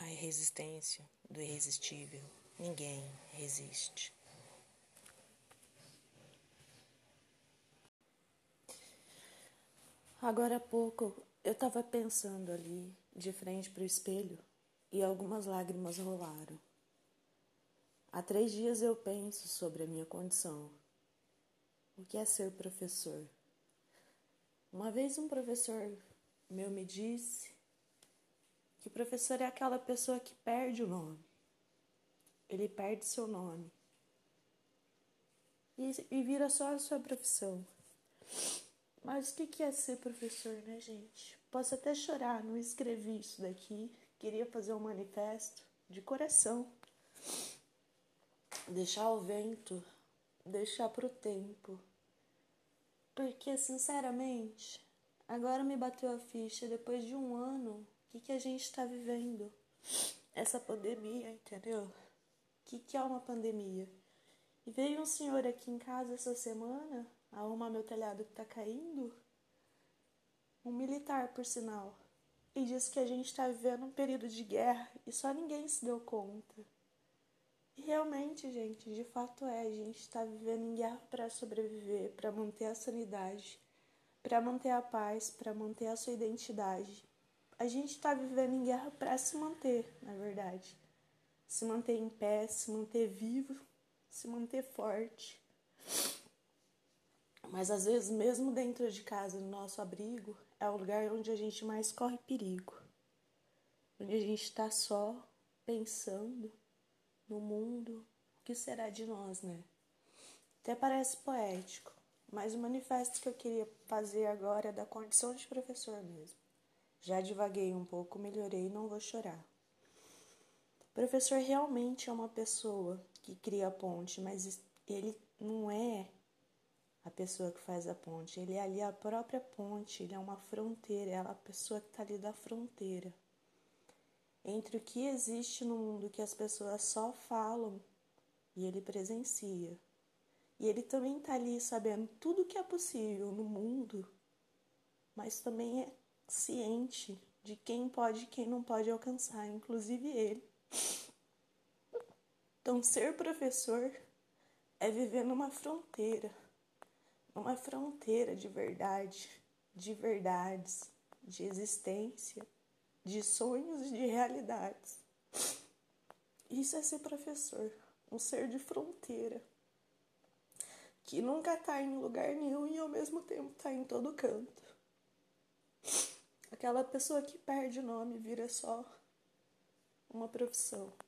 resistência do irresistível. Ninguém resiste. Agora há pouco eu estava pensando ali, de frente para o espelho, e algumas lágrimas rolaram. Há 3 dias eu penso sobre a minha condição. O que é ser professor? Uma vez um professor meu me disse que o professor é aquela pessoa que perde o nome. Ele perde seu nome. E vira só a sua profissão. Mas o que é ser professor, né, gente? Posso até chorar, não escrevi isso daqui. Queria fazer um manifesto de coração. Deixar ao vento, deixar pro tempo. Porque, sinceramente, agora me bateu a ficha, depois de 1 ano, o que a gente está vivendo? Essa pandemia, entendeu? O que é uma pandemia? E veio um senhor aqui em casa essa semana, arrumar meu telhado que tá caindo, um militar, por sinal, e disse que a gente tá vivendo um período de guerra e só ninguém se deu conta. E realmente, gente, de fato a gente está vivendo em guerra para sobreviver, para manter a sanidade, para manter a paz, para manter a sua identidade. A gente está vivendo em guerra para se manter, na verdade. Se manter em pé, se manter vivo, se manter forte. Mas às vezes, mesmo dentro de casa, no nosso abrigo, é o lugar onde a gente mais corre perigo. Onde a gente está só, pensando no mundo, o que será de nós, né? Até parece poético, mas o manifesto que eu queria fazer agora é da condição de professor mesmo. Já divaguei um pouco, melhorei e não vou chorar. O professor realmente é uma pessoa que cria a ponte, mas ele não é a pessoa que faz a ponte. Ele é ali a própria ponte, ele é uma fronteira, é a pessoa que está ali da fronteira. Entre o que existe no mundo que as pessoas só falam e ele presencia. E ele também está ali sabendo tudo que é possível no mundo, mas também é ciente de quem pode e quem não pode alcançar, inclusive ele. Então, ser professor é viver numa fronteira de verdade, de verdades, de existência, de sonhos e de realidades. Isso é ser professor, um ser de fronteira, que nunca está em lugar nenhum e ao mesmo tempo está em todo canto. Aquela pessoa que perde o nome vira só uma profissão.